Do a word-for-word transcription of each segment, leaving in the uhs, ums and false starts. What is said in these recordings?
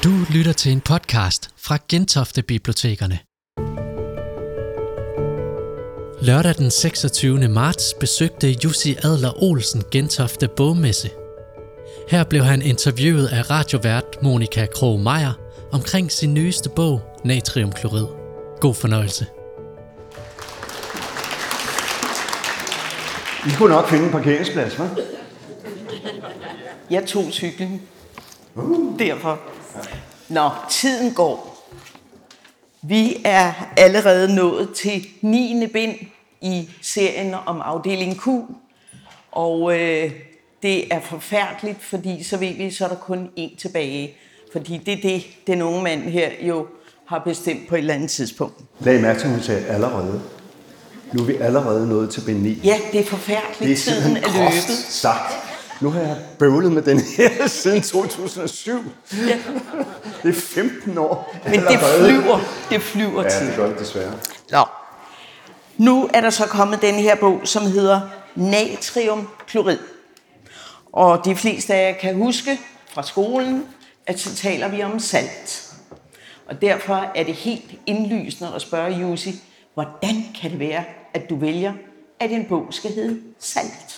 Du lytter til en podcast fra Gentofte Bibliotekerne. Lørdag den seksogtyvende marts besøgte Jussi Adler Olsen Gentofte Bogmesse. Her blev han interviewet af radiovært Monika Krog-Meyer omkring sin nyeste bog, Natriumklorid. God fornøjelse. I kunne nok finde en parkeringsplads, hva'? Jeg tog cyklen. Uh. Derfor. Nå, tiden går. Vi er allerede nået til niende bind i serien om afdeling Q. Og øh, det er forfærdeligt, fordi så ved vi, så er der kun én tilbage. Fordi det er det, den unge mand her jo har bestemt på et eller andet tidspunkt. Lag mærke til, hun sagde allerede. Nu er vi allerede nået til bind ni. Ja, det er forfærdeligt. Det er Tiden er løbet. sagt. Nu har jeg bøvlet med den her siden to tusind og syv. Ja. Det er femten år. Men det flyver, det flyver ja, tid. det gør det desværre. Nå. Nu er der så kommet den her bog, som hedder Natriumklorid. Og de fleste af jer kan huske fra skolen, at så taler vi om salt. Og derfor er det helt indlysende at spørge Jussi, hvordan kan det være, at du vælger, at en bog skal hedde Salt?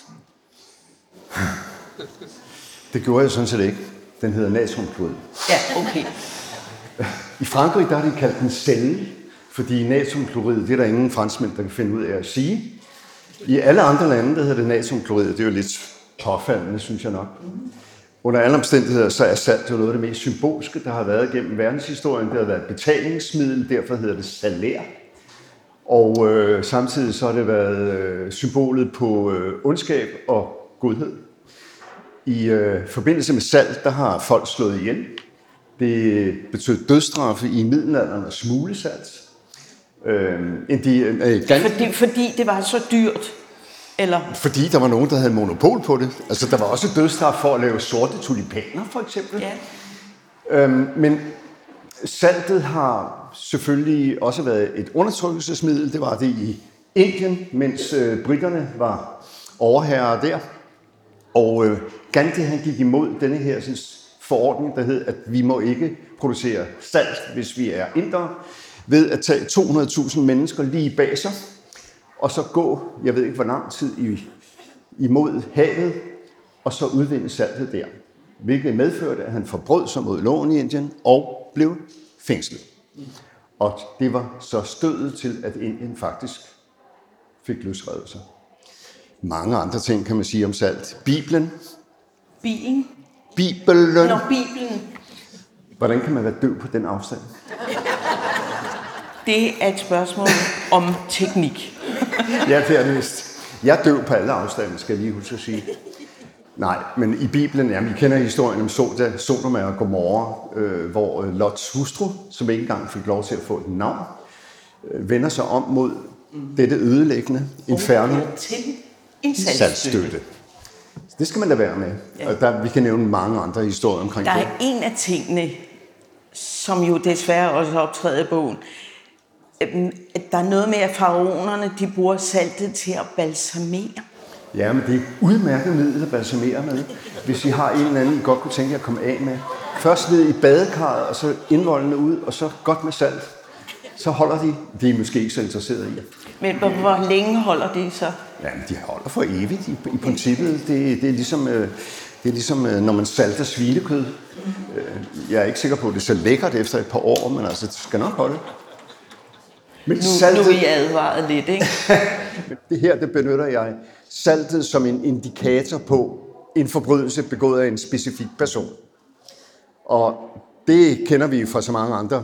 Det gjorde jeg sådan set ikke. Den hedder natriumklorid. Ja, okay. I Frankrig der har de kaldt den sælge, fordi natriumklorid, det er der ingen franskmænd, der kan finde ud af at sige. I alle andre lande, der hedder det natriumklorid, det er jo lidt påfaldende, synes jeg nok. Under alle omstændigheder, så er salt jo noget af det mest symbolske, der har været gennem verdenshistorien. Det har været et betalingsmiddel, derfor hedder det salær. Og øh, samtidig så har det været øh, symbolet på øh, ondskab og godhed. I øh, forbindelse med salt, der har folk slået ihjel. Det betød dødsstraffe i middelalderen og smuglesalt. Øh, de, øh, gan- fordi, fordi det var så dyrt? Eller? Fordi der var nogen, der havde monopol på det. Altså, der var også dødsstraf for at lave sorte tulipaner, for eksempel. Ja. Øhm, men saltet har selvfølgelig også været et undertrykkelsesmiddel. Det var det i Indien, mens øh, britterne var overherrer der. Og øh, Gandhi han gik imod denne her sådan, forordning, der hed, at vi må ikke producere salt, hvis vi er indere, ved at tage to hundrede tusind mennesker lige bag sig, og så gå, jeg ved ikke hvor lang tid, i, imod havet, og så udvinde saltet der. Hvilket medførte, at han forbrød sig mod loven i Indien og blev fængslet. Og det var så stødet til, at Indien faktisk fik løsredet sig. Mange andre ting kan man sige om salt. Bibelen. Bilen? Bibelen. Nå, Bibelen. Hvordan kan man være døv på den afstand? Det er et spørgsmål om teknik. Ja, det er det vist. Jeg er døv på alle afstande, skal jeg lige huske at sige. Nej, men i Bibelen, ja, vi kender historien om Sodoma og Gomorra, øh, hvor Lots hustru, som ikke engang fik lov til at få et navn, øh, vender sig om mod mm. dette ødelæggende inferno til en saltstøtte. Det skal man da være med. Ja. Og der, vi kan nævne mange andre historier omkring det. Der det. er en af tingene, som jo desværre også optræder i bogen. Der er noget med, at faraonerne, de bruger saltet til at balsamere. Ja, men det er udmærket middel at balsamere med. Hvis I har en eller anden, I godt kunne tænke jer at komme af med. Først ned i badekarret, og så indvoldene ud, og så godt med salt. Så holder de. De er måske ikke så interesserede i. Men hvor, hvor længe holder de så? Jamen, de holder for evigt i, i princippet. Det, det er ligesom, øh, det er ligesom øh, når man salter svinekød. Øh, jeg er ikke sikker på, at det er så lækkert efter et par år, men altså, det skal nok holde. Men nu, saltet, nu er I advaret lidt, ikke? det her, det benytter jeg saltet som en indikator på en forbrydelse begået af en specifik person. Og det kender vi fra så mange andre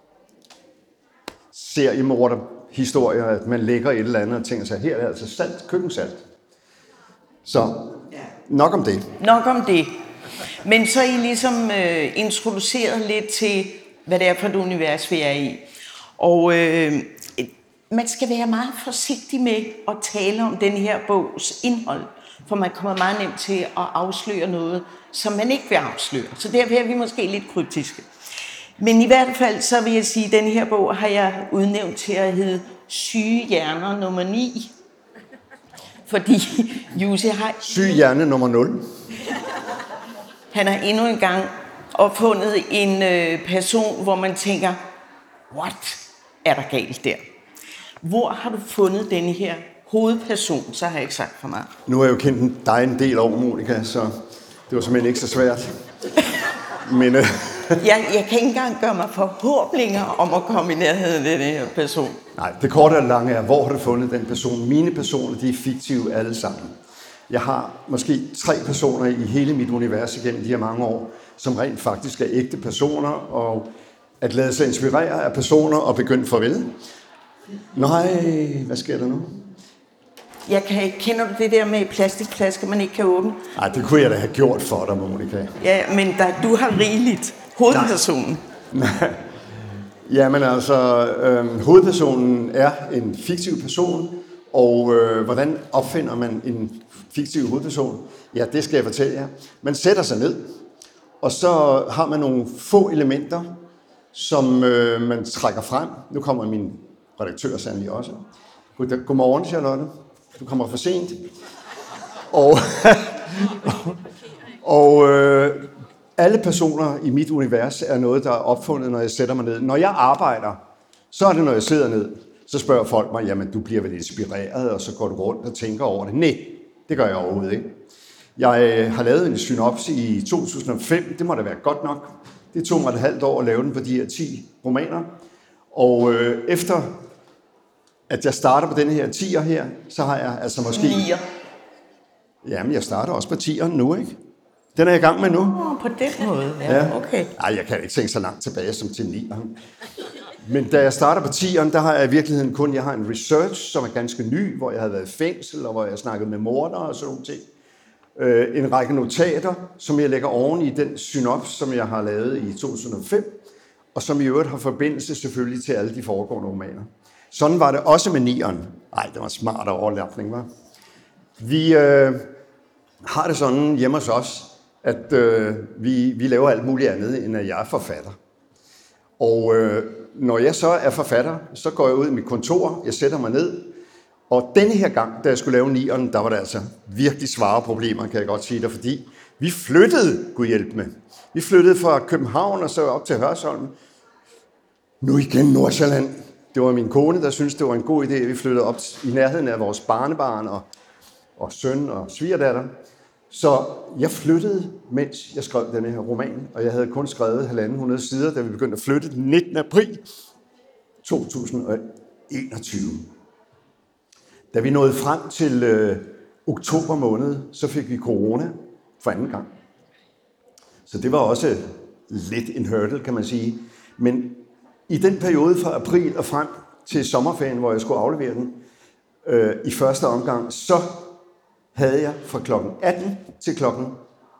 seriemorderhistorier, at man lægger et eller andet og tænker sig, her er altså salt, køkkensalt. Så nok om det. Nok om det. Men så er I ligesom øh, introduceret lidt til, hvad det er for et univers, vi er i. Og øh, man skal være meget forsigtig med at tale om den her bogs indhold, for man kommer meget nemt til at afsløre noget, som man ikke vil afsløre. Så derfor er vi måske lidt kryptiske. Men i hvert fald så vil jeg sige, at den her bog har jeg udnævnt til at hedde Syge hjerner nummer ni. Fordi Jussi har... Syge hjerne nummer nul. Han har endnu en gang opfundet en øh, person, hvor man tænker, what er der galt der? Hvor har du fundet denne her hovedperson, så har jeg ikke sagt for meget. Nu har jeg jo kendt dig en del over, Monica, så det var simpelthen ikke så svært. Men, øh... jeg, jeg kan ikke engang gøre mig forhåbninger om at komme i nærheden af den her person. Nej, det korte og lange er, hvor har du fundet den person? Mine personer, de er fiktive alle sammen. Jeg har måske tre personer i hele mit univers igennem de her mange år, som rent faktisk er ægte personer, og at lade sig inspirere af personer og begynde farvel. Nej, hvad sker der nu? Jeg kan, kender du det der med plastikflasker, man ikke kan åbne? Nej, det kunne jeg da have gjort for dig, Monica. Ja, men der, du har rigeligt. Hovedpersonen. Nej. Jamen altså, øh, hovedpersonen er en fiktiv person, og øh, hvordan opfinder man en fiktiv hovedperson? Ja, det skal jeg fortælle jer. Man sætter sig ned, og så har man nogle få elementer, som øh, man trækker frem. Nu kommer min redaktør sandelig også. God, godmorgen, Charlotte. Du kommer for sent. Og, og øh, alle personer i mit univers er noget, der er opfundet, når jeg sætter mig ned. Når jeg arbejder, så er det, når jeg sidder ned, så spørger folk mig, jamen du bliver vel inspireret, og så går du rundt og tænker over det. Nej, det gør jeg overhovedet ikke. Jeg har lavet en synopsis i to tusind og fem, det må da være godt nok. Det tog mig et halvt år at lave den på de her ti romaner. Og øh, efter at jeg starter på denne her tier her, så har jeg altså måske... Nier. Jamen, jeg starter også på tieren nu, ikke? Den er jeg i gang med nu. Oh, på den måde, ja, ja. Okay. Nej, jeg kan ikke tænke så langt tilbage som til nieren. Men da jeg starter på tieren, der har jeg i virkeligheden kun, jeg har en research, som er ganske ny, hvor jeg har været i fængsel, og hvor jeg har snakket med mordere og sådan nogle ting. Øh, en række notater, som jeg lægger oven i den synops, som jeg har lavet i to tusind og fem, og som i øvrigt har forbindelse selvfølgelig til alle de foregående romaner. Sådan var det også med nieren. Ej, det var smart overlapning, hva'? Vi øh, har det sådan hjemme hos os, at øh, vi, vi laver alt muligt andet, end at jeg er forfatter. Og øh, når jeg så er forfatter, så går jeg ud i mit kontor, jeg sætter mig ned, og denne her gang, da jeg skulle lave nieren, der var der altså virkelig svare problemer, kan jeg godt sige dig, fordi vi flyttede, Gud hjælp med. Vi flyttede fra København og så op til Hørsholm. Nu igen Nordsjælland. Det var min kone, der syntes, det var en god idé, at vi flyttede op i nærheden af vores barnebarn og, og søn og svigerdatter. Så jeg flyttede, mens jeg skrev denne her roman, og jeg havde kun skrevet halvanden hundrede sider, da vi begyndte at flytte den nittende april to tusind og enogtyve. Da vi nåede frem til øh, oktober måned, så fik vi corona for anden gang. Så det var også lidt en hurdle, kan man sige. Men i den periode fra april og frem til sommerferien, hvor jeg skulle aflevere den, øh, i første omgang, så havde jeg fra klokken atten til klokken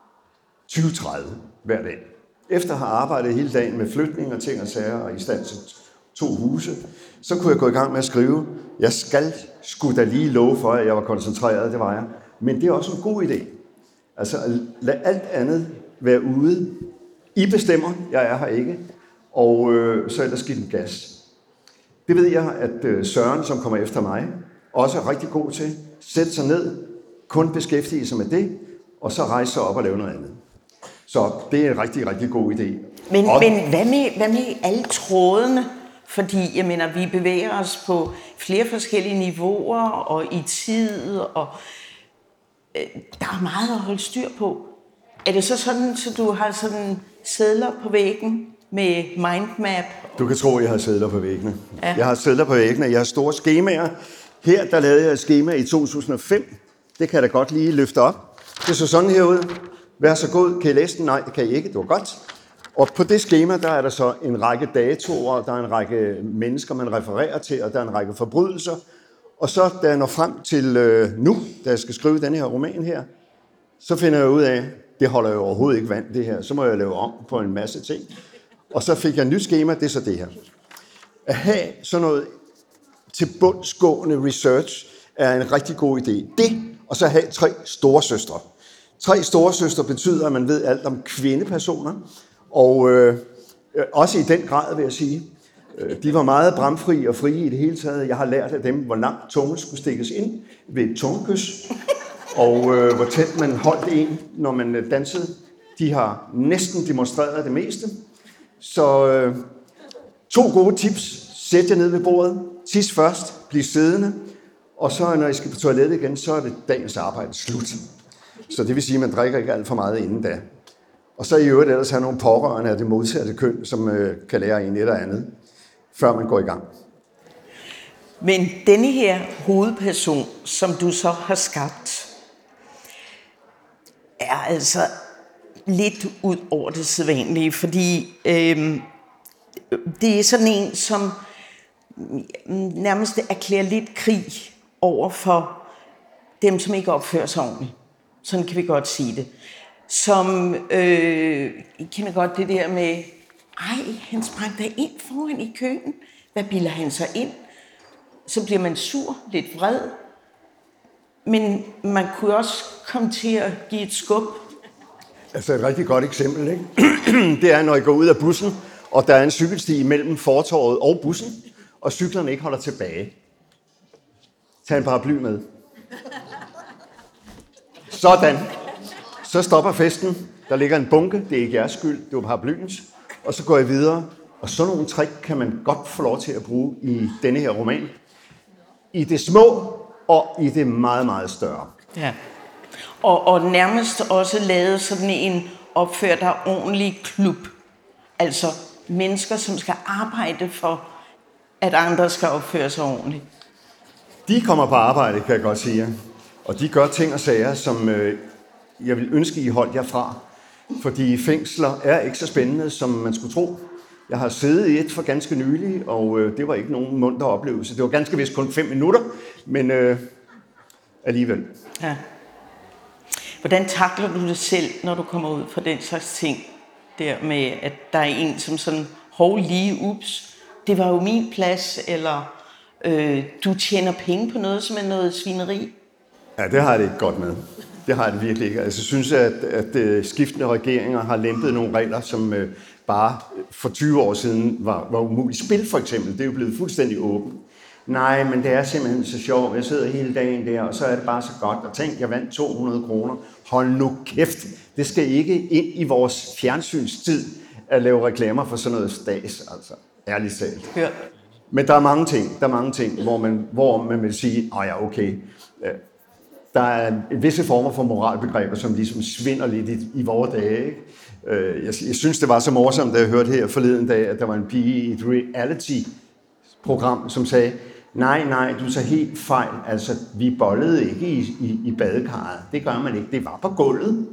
tyve tredive hver dag. Efter at have arbejdet hele dagen med flytning og ting og sager og i stand til to huse, så kunne jeg gå i gang med at skrive. Jeg skal skulle da lige love for, at jeg var koncentreret, det var jeg. Men det er også en god idé. Altså lad alt andet være ude. I bestemmer, jeg er her ikke. Og øh, så ellers give den gas. Det ved jeg, at øh, Søren, som kommer efter mig, også er rigtig god til. Sætte sig ned, kun beskæftige sig med det, og så rejse sig op og lave noget andet. Så det er en rigtig, rigtig god idé. Men, og... men hvad, med, hvad med alle trådene? Fordi, jeg mener, vi bevæger os på flere forskellige niveauer, og i tid, og øh, der er meget at holde styr på. Er det så sådan, at du har sådan sedler på væggen med mindmap? Du kan tro, at jeg har sedler på væggene. Ja. Jeg har sedler på væggene, jeg har store skemaer. Her, der lavede jeg et skema i to tusind og fem. Det kan jeg da godt lige løfte op. Det så sådan her ud. Vær så god, kan I læse den? Nej, det kan I ikke, det var godt. Og på det skema, der er der så en række datoer, der er en række mennesker, man refererer til, og der er en række forbrydelser. Og så, da jeg når frem til øh, nu, da jeg skal skrive denne her roman her, så finder jeg ud af, det holder jo overhovedet ikke vand, det her. Så må jeg lave om på en masse ting. Og så fik jeg et nyt skema, det er så det her. At have sådan noget tilbundsgående research er en rigtig god idé. Det, og så have tre storesøstre. Tre storesøstre betyder, at man ved alt om kvindepersoner, og øh, også i den grad, vil jeg sige. De var meget bramfri og frie i det hele taget. Jeg har lært af dem, hvor langt tungen skulle stikkes ind ved et tungekys, og øh, hvor tæt man holdt en, når man dansede. De har næsten demonstreret det meste. Så øh, to gode tips. Sæt jer ned ved bordet. Tis først. Bliv siddende. Og så når I skal på toilettet igen, så er det dagens arbejde slut. Så det vil sige, at man drikker ikke alt for meget inden da. Og så i øvrigt ellers have nogle pårørende af det modsatte køn, som øh, kan lære en et eller andet, før man går i gang. Men denne her hovedperson, som du så har skabt, er altså lidt ud over det sædvanlige, fordi øh, det er sådan en, som nærmest erklærer lidt krig over for dem, som ikke opfører sig ordentligt. Sådan kan vi godt sige det. Som, øh, I kender godt det der med, ej, han sprang der ind foran i køen. Hvad bilder han sig ind? Så bliver man sur, lidt vred. Men man kunne også komme til at give et skub. Altså et rigtig godt eksempel, ikke? Det er, når I går ud af bussen, og der er en cykelsti mellem fortovet og bussen, og cyklerne ikke holder tilbage. Tag en paraply med. Sådan. Så stopper festen. Der ligger en bunke. Det er ikke jeres skyld. Det var paraplyens. Og så går jeg videre. Og sådan nogle trick kan man godt få lov til at bruge i denne her roman. I det små og i det meget, meget større. Ja. Og, og nærmest også lavet sådan en opfør dig ordentlig klub. Altså mennesker, som skal arbejde for, at andre skal opføre sig ordentligt. De kommer på arbejde, kan jeg godt sige. Og de gør ting og sager, som øh, jeg vil ønske, I holdt jer fra. Fordi fængsler er ikke så spændende, som man skulle tro. Jeg har siddet i et for ganske nylig, og øh, det var ikke nogen munter oplevelse. Det var ganske vist kun fem minutter, men øh, alligevel. Ja. Hvordan takler du det selv, når du kommer ud fra den slags ting? Der med, at der er en, som sådan, hov lige, ups, det var jo min plads, eller øh, du tjener penge på noget, som er noget svineri? Ja, det har jeg det ikke godt med. Det har jeg det virkelig ikke. Altså, jeg synes, at, at, at skiftende regeringer har lempet nogle regler, som øh, bare for tyve år siden var, var umuligt. Spil for eksempel, det er jo blevet fuldstændig åbent. Nej, men det er simpelthen så sjovt. Jeg sidder hele dagen der, og så er det bare så godt. Og tænk, jeg vandt to hundrede kroner. Hold nu kæft. Det skal ikke ind i vores fjernsynstid at lave reklamer for sådan noget stas, altså. Ærligt talt. Hørt. Men der er mange ting, der er mange ting, hvor man, hvor man vil sige, åh ja, okay. Der er visse former for moralbegreber, som ligesom svinder lidt i, i vores dage, ikke? Jeg, jeg synes, det var så morsomt, da jeg hørte her forleden dag, at der var en pige i et reality-program, som sagde, nej, nej, du tager helt fejl. Altså, vi bollede ikke i, i, i badekarret. Det gør man ikke. Det var på gulvet.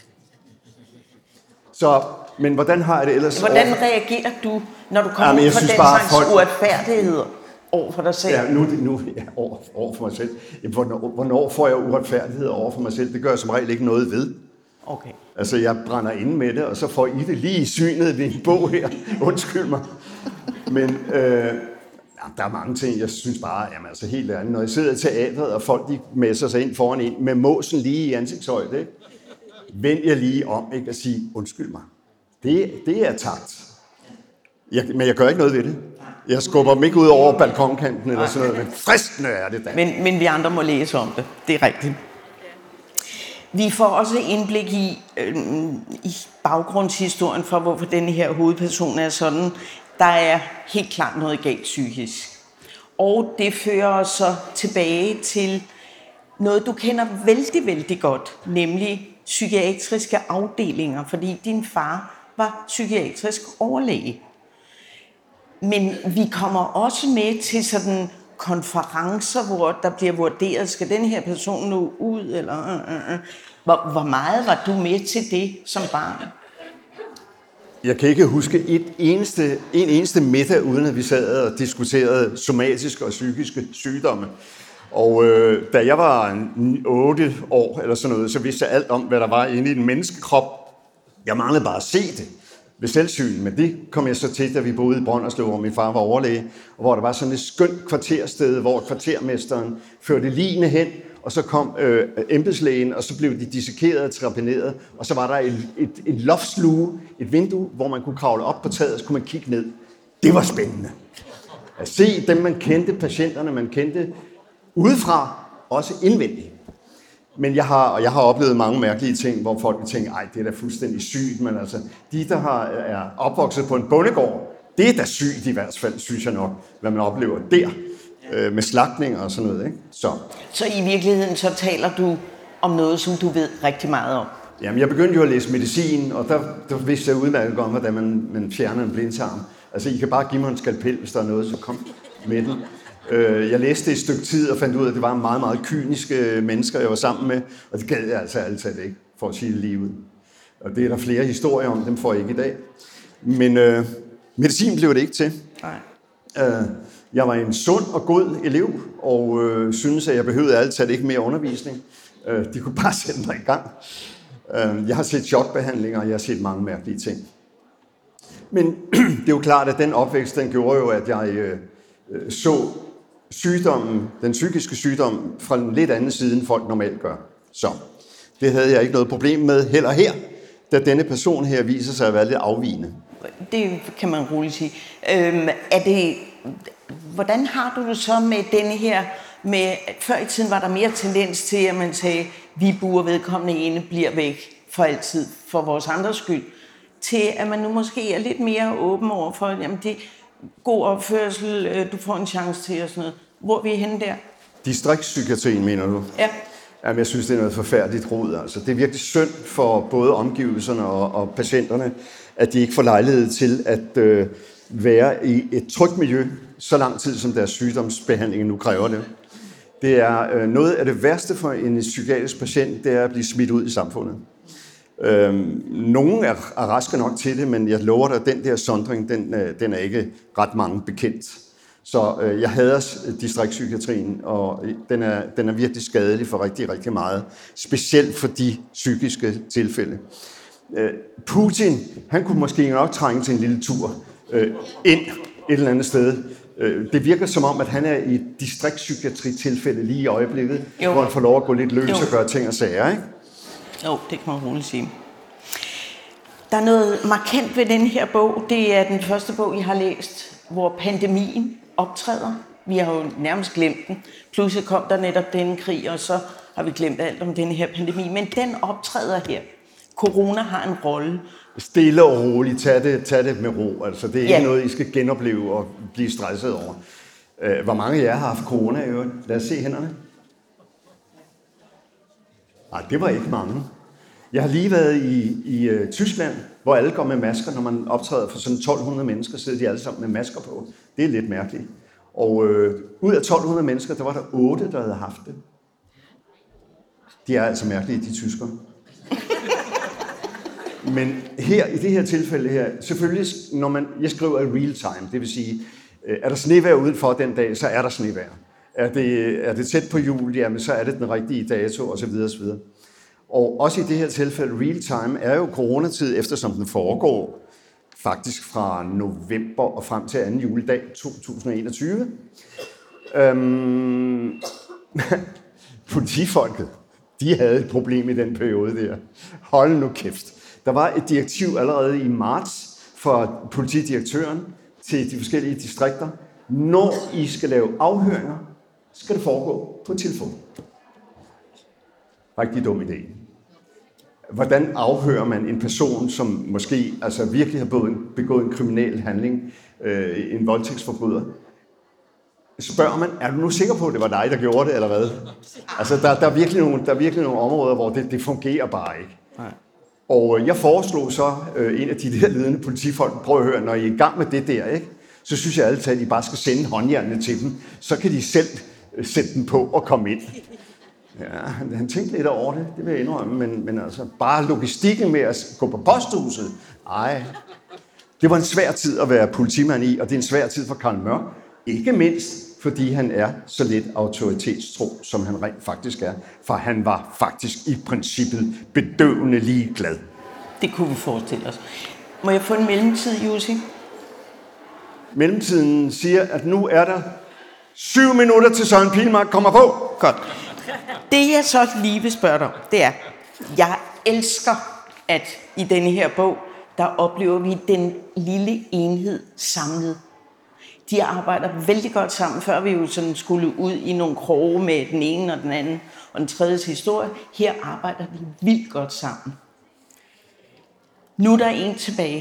Så, men hvordan har jeg det ellers? Hvordan reagerer du, når du kommer ud fra den slags folk... uretfærdigheder over for dig selv? Ja, nu, nu ja, over, over for mig selv. Hvornår, hvornår får jeg uretfærdighed over for mig selv? Det gør jeg som regel ikke noget ved. Okay. Altså, jeg brænder inde med det, og så får I det lige i synet ved en bog her. Undskyld mig. Men øh, ja, der er mange ting, jeg synes bare, jamen altså helt ærligt, når jeg sidder i teatret, og folk de messer sig ind foran en med måsen lige i ansigtshøjde, ikke? Vend jeg lige om, ikke, at sige, undskyld mig. Det, det er takt. Jeg, men jeg gør ikke noget ved det. Jeg skubber dem ikke ud over balkonkanten eller sådan noget, men fristende er det da. Men, men vi andre må læse om det. Det er rigtigt. Vi får også indblik i, øh, i baggrundshistorien for, hvorfor denne her hovedperson er sådan. Der er helt klart noget galt psykisk. Og det fører os så tilbage til noget, du kender vældig, vældig godt, nemlig psykiatriske afdelinger, fordi din far var psykiatrisk overlæge. Men vi kommer også med til sådan konferencer, hvor der bliver vurderet, skal den her person nu ud, eller øh, øh. Hvor, hvor meget var du med til det som barn? Jeg kan ikke huske et eneste, en eneste middag, uden at vi sad og diskuterede somatiske og psykiske sygdomme. Og øh, da jeg var otte år eller sådan noget, så vidste jeg alt om, hvad der var inde i den menneskekrop. Jeg manglede bare at se det ved selvsyn, men det kom jeg så til, da vi boede i Brønderslev, hvor min far var overlæge, og hvor der var sådan et skønt kvartersted, hvor kvartermesteren førte ligene hen, og så kom øh, embedslægen, og så blev de dissekeret og trapineret, og så var der et, et, et loftsluge, et vindue, hvor man kunne kravle op på taget, og så kunne man kigge ned. Det var spændende. At se dem, man kendte, patienterne, man kendte udefra, også indvendigt. Men jeg har, og jeg har oplevet mange mærkelige ting, hvor folk tænker, ej, det er da fuldstændig sygt, men altså, de, der har, er opvokset på en bondegård, det er da sygt i hvert fald, synes jeg nok, hvad man oplever der, øh, med slagtning og sådan noget, ikke? Så. Så i virkeligheden, så taler du om noget, som du ved rigtig meget om? Jamen, jeg begyndte jo at læse medicin, og der, der vidste jeg udmærket om, hvordan man, man fjerner en blindtarm. Altså, I kan bare give mig en skalpel, hvis der er noget, så kom med den. Jeg læste det et stykke tid og fandt ud af, at det var meget, meget kyniske mennesker, jeg var sammen med, og det gad jeg altså altid ikke, for at sige det lige ud. Og det er der flere historier om, dem får jeg ikke i dag. Men øh, medicin blev det ikke til. Nej. Øh, jeg var en sund og god elev, og øh, synes, at jeg behøvede altid ikke mere undervisning. Øh, de kunne bare sætte mig i gang. Øh, jeg har set chokbehandlinger, og jeg har set mange mærkelige ting. Men det er jo klart, at den opvækst, den gjorde jo, at jeg øh, så sygdommen, den psykiske sygdom, fra en lidt anden side, end folk normalt gør. Så det havde jeg ikke noget problem med heller her, da denne person her viser sig at være lidt afvigende. Det kan man roligt sige. Øhm, er det, hvordan har du det så med denne her, med, før i tiden var der mere tendens til, at man sagde, vi buer vedkommende ene, bliver væk for altid, for vores andres skyld, til at man nu måske er lidt mere åben over for, jamen det god opførsel, du får en chance til og sådan noget. Hvor er vi henne der? Distriktspsykiatrien, mener du? Ja. Jamen, jeg synes, det er noget forfærdeligt rod. Altså, det er virkelig synd for både omgivelserne og, og patienterne, at de ikke får lejlighed til at øh, være i et trygt miljø, så lang tid som deres sygdomsbehandling nu kræver det. Det er øh, noget af det værste for en psykiatrisk patient, det er at blive smidt ud i samfundet. Øhm, nogen er, er raske nok til det, men jeg lover dig, at den der sondring, den, den er ikke ret mange bekendt. Så øh, jeg hader distriktspsykiatrien, og den er, den er virkelig skadelig for rigtig, rigtig meget. Specielt for de psykiske tilfælde. Øh, Putin, han kunne måske nok trænge til en lille tur øh, ind et eller andet sted. Øh, det virker som om, at han er i et distriktspsykiatri-tilfælde lige i øjeblikket, jo. Hvor han får lov at gå lidt løs jo. Og gøre ting og sager, ikke? Jo, det kan man roligt sige. Der er noget markant ved den her bog. Det er den første bog, jeg har læst, hvor pandemien optræder. Vi har jo nærmest glemt den. Pludselig kom der netop denne krig, og så har vi glemt alt om den her pandemi. Men den optræder her. Corona har en rolle. Stille og roligt. Tag det, tag det med ro. Altså, det er ja. ikke noget, I skal genopleve og blive stresset over. Hvor mange af jer har haft corona i øvrigt? Lad os se hænderne. Nej, det var ikke mange. Jeg har lige været i, i uh, Tyskland, hvor alle går med masker. Når man optræder for sådan tolv hundrede mennesker, sidder de alle sammen med masker på. Det er lidt mærkeligt. Og uh, ud af tolv hundrede mennesker, der var der otte, der havde haft det. De er altså mærkelige, de tyskere. Men her, i det her tilfælde her, selvfølgelig, når man, jeg skriver i real time, det vil sige, er der snevejr udenfor den dag, så er der snevejr. Er det, er det tæt på jul, jamen så er det den rigtige dato, osv. osv. Og også i det her tilfælde, real time, er jo coronatid, eftersom den foregår faktisk fra november og frem til anden juledag to tusind og enogtyve. Øhm, politifolket, de havde et problem i den periode der. Hold nu kæft. Der var et direktiv allerede i marts fra politidirektøren til de forskellige distrikter. Når I skal lave afhøringer, skal det foregå på telefon. Rigtig dum idé. Hvordan afhører man en person, som måske altså virkelig har begået en, begået en kriminel handling, øh, en voldtægtsforbryder? Spørger man, er du nu sikker på, at det var dig, der gjorde det, eller hvad? Altså, der, der, er, virkelig nogle, der er virkelig nogle områder, hvor det, det fungerer bare ikke. Nej. Og jeg foreslog så øh, en af de der ledende politifolk, prøv at høre, når I er i gang med det der, ikke? Så synes jeg altid, at I bare skal sende håndjernene til dem. Så kan de selv sætte den på og komme ind. Ja, han tænkte lidt over det, det vil jeg indrømme, men, men altså bare logistikken med at gå på posthuset, ej. Det var en svær tid at være politimand i, og det er en svær tid for Carl Mørck. Ikke mindst, fordi han er så lidt autoritetstro, som han rent faktisk er. For han var faktisk i princippet bedøvende ligeglad. Det kunne vi forestille os. Må jeg få en mellemtid, Jussi? Mellemtiden siger, at nu er der syv minutter til Søren Pilmark kommer på. Godt. Det jeg så lige vil spørge dig om, det er, jeg elsker, at i denne her bog, der oplever vi den lille enhed samlet. de arbejder vældig godt sammen. Før vi jo sådan skulle ud i nogle kroge med den ene og den anden og den tredje historie. Her arbejder de vildt godt sammen. Nu er der en tilbage.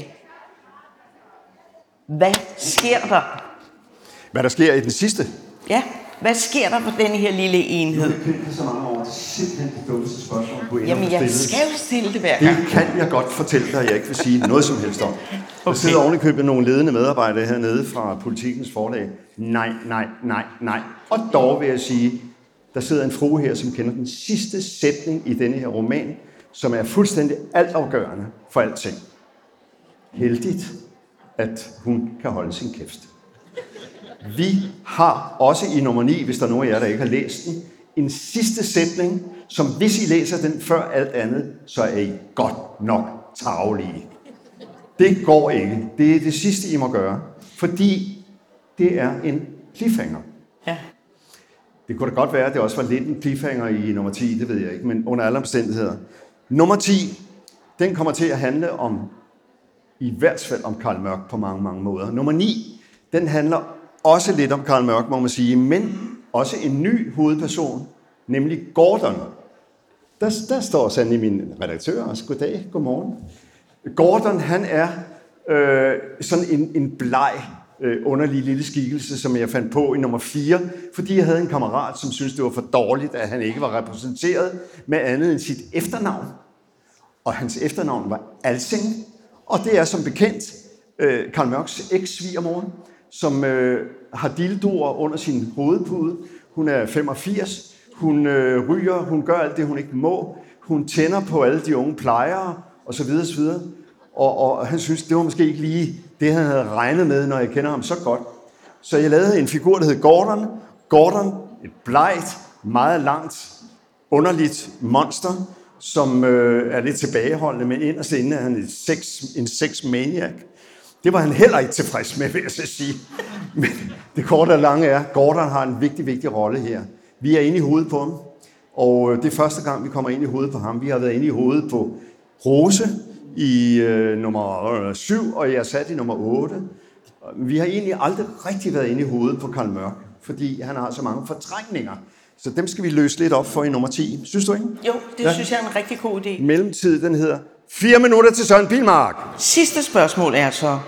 Hvad sker der? Hvad der sker i den sidste? Ja, hvad sker der på den her lille enhed? Jeg har kendt så mange år, det er simpelthen det dummeste spørgsmål, du Jamen, jeg skal jo stille det hver gang. Det kan jeg godt fortælle dig, jeg ikke vil sige noget som helst om. Okay. Der sidder ovenikøbet nogle ledende medarbejdere hernede fra Politikens forlag. Nej, nej, nej, nej. Og dog vil jeg sige, der sidder en frue her, som kender den sidste sætning i denne her roman, som er fuldstændig altafgørende for alting. Heldigt, at hun kan holde sin kæft. Vi har også i nummer ni, hvis der er nogen af jer, der ikke har læst den, en sidste sætning, som hvis I læser den før alt andet, så er I godt nok tarvelige. Det går ikke. Det er det sidste, I må gøre. Fordi det er en cliffhanger. Ja. Det kunne da godt være, at det også var lidt en cliffhanger i nummer ti, det ved jeg ikke, men under alle omstændigheder. Nummer ti, den kommer til at handle om, i hvert fald om Carl Mørck på mange, mange måder. Nummer ni, den handler også lidt om Carl Mørck, må man sige, men også en ny hovedperson, nemlig Gordon. Der, der står Sandelig, min redaktør, også. Goddag, godmorgen. Gordon, han er øh, sådan en, en bleg, øh, underlig lille skikkelse, som jeg fandt på i nummer fire, fordi jeg havde en kammerat, som syntes, det var for dårligt, at han ikke var repræsenteret med andet end sit efternavn. Og hans efternavn var Alsing, og det er som bekendt øh, Carl Mørcks eks-svigermor, som øh, har dildoer under sin hovedpude. Hun er femogfirs, hun øh, ryger, hun gør alt det, hun ikke må, hun tænder på alle de unge plejere, og så videre, så videre. Og, og han synes, det var måske ikke lige det, han havde regnet med, når jeg kender ham så godt. Så jeg lavede en figur, der hed Gordon. Gordon, et blegt, meget langt, underligt monster, som øh, er lidt tilbageholdende, men inderst inde er han et sex, en sex-maniac. Det var han heller ikke tilfreds med, vil jeg så sige. Men det korte og lange er, Gordon har en vigtig, vigtig rolle her. Vi er inde i hovedet på ham, og det er første gang, vi kommer ind i hovedet på ham. Vi har været inde i hovedet på Rose i øh, nummer syv, og jeg er sat i nummer otte. Vi har egentlig aldrig rigtig været inde i hovedet på Carl Mørck, fordi han har så mange fortrængninger. Så dem skal vi løse lidt op for i nummer ti. Synes du ikke? Jo, det ja. synes jeg er en rigtig god idé. Mellemtid, den hedder Fire minutter til Søren Pilmark. Sidste spørgsmål er så,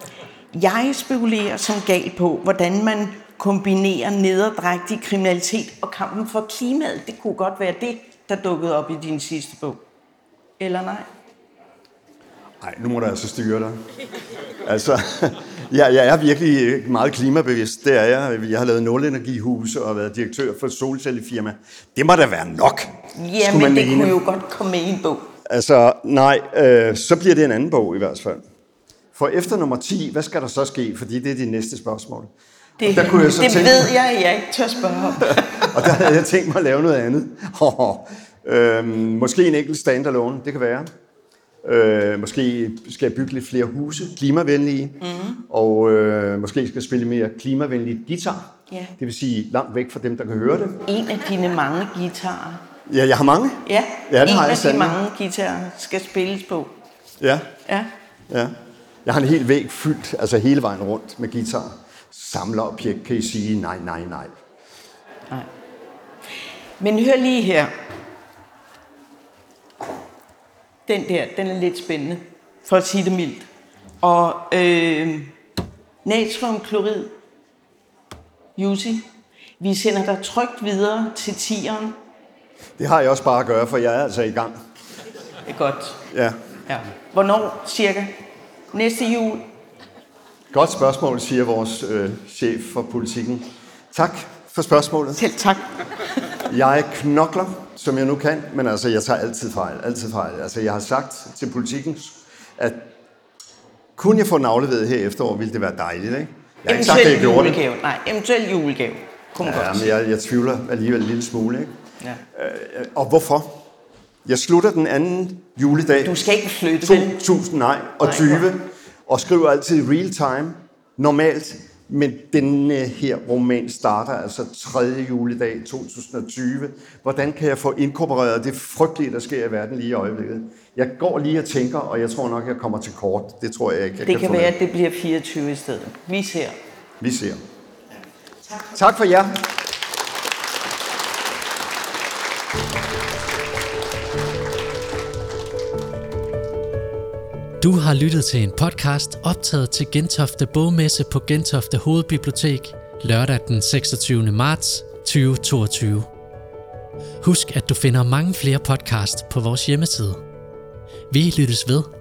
jeg spekulerer som gal på, hvordan man kombinerer nederdrægtig kriminalitet og kampen for klimaet. Det kunne godt være det, der dukkede op i din sidste bog. Eller nej? Nej, nu må du altså styre dig. Altså, jeg, jeg er virkelig meget klimabevidst. Det er jeg. Jeg har lavet nulenergihuse og været direktør for et solcellefirma. Det må da være nok. Ja, men det kunne jo godt komme med i en bog. Altså, nej, øh, så bliver det en anden bog i hvert fald. For efter nummer ti, hvad skal der så ske? Fordi det er de næste spørgsmål. Det, der kunne jeg så det tænke, ved jeg, at jeg ikke tør spørge om. Og der havde jeg tænkt mig at lave noget andet. øh, måske en enkelt standalone, det kan være. Øh, måske skal jeg bygge lidt flere huse, klimavenlige. Mm-hmm. Og øh, måske skal jeg spille mere klimavenlig guitar. Yeah. Det vil sige langt væk fra dem, der kan høre det. En af dine mange guitarer. Ja, jeg har mange. Ja, ja det en har jeg af sandelig. de mange guitarer skal spilles på. Ja. Ja. Ja. Jeg har en hel væg fyldt, altså hele vejen rundt med guitar. Samlerobjekt, kan I sige nej, nej, nej. Nej. Men hør lige her. Den der, den er lidt spændende, for at sige det mildt. Og øh, natriumklorid, Jussi, vi sender dig trygt videre til tieren. Det har jeg også bare at gøre, for jeg er altså i gang. Det er godt. Ja. Ja. Hvornår cirka? Næste jul? Godt spørgsmål, siger vores øh, chef for Politikken. Tak for spørgsmålet. Selv tak. Jeg knokler, som jeg nu kan, men altså, jeg tager altid fejl. Altid fejl. Altså, jeg har sagt til Politikken, at kunne jeg få den afleveret her efterår, ville det være dejligt, ikke? Jeg har ikke sagt, at jeg gjorde julegave. Det. Nej, eventuelt julegave. Kom ja, godt. men jeg, jeg tvivler alligevel en lille smule, ikke? Ja. Øh, og hvorfor? Jeg slutter den anden juledag. Du skal ikke flytte, to tusind nej, og nej, tyve, ja. Og skriver altid real time, normalt. Men denne her roman starter altså tredje juledag to tusind og tyve. Hvordan kan jeg få inkorporeret det frygtelige, der sker i verden lige i øjeblikket? Jeg går lige og tænker, og jeg tror nok, jeg kommer til kort. Det tror jeg ikke, jeg Det kan, kan få være, med. at det bliver fireogtyve i stedet. Vi ser. Vi ser. Tak for jer. Du har lyttet til en podcast optaget til Gentofte Bogmesse på Gentofte Hovedbibliotek lørdag den seksogtyvende marts tyve toogtyve. Husk, at du finder mange flere podcasts på vores hjemmeside. Vi lyttes ved.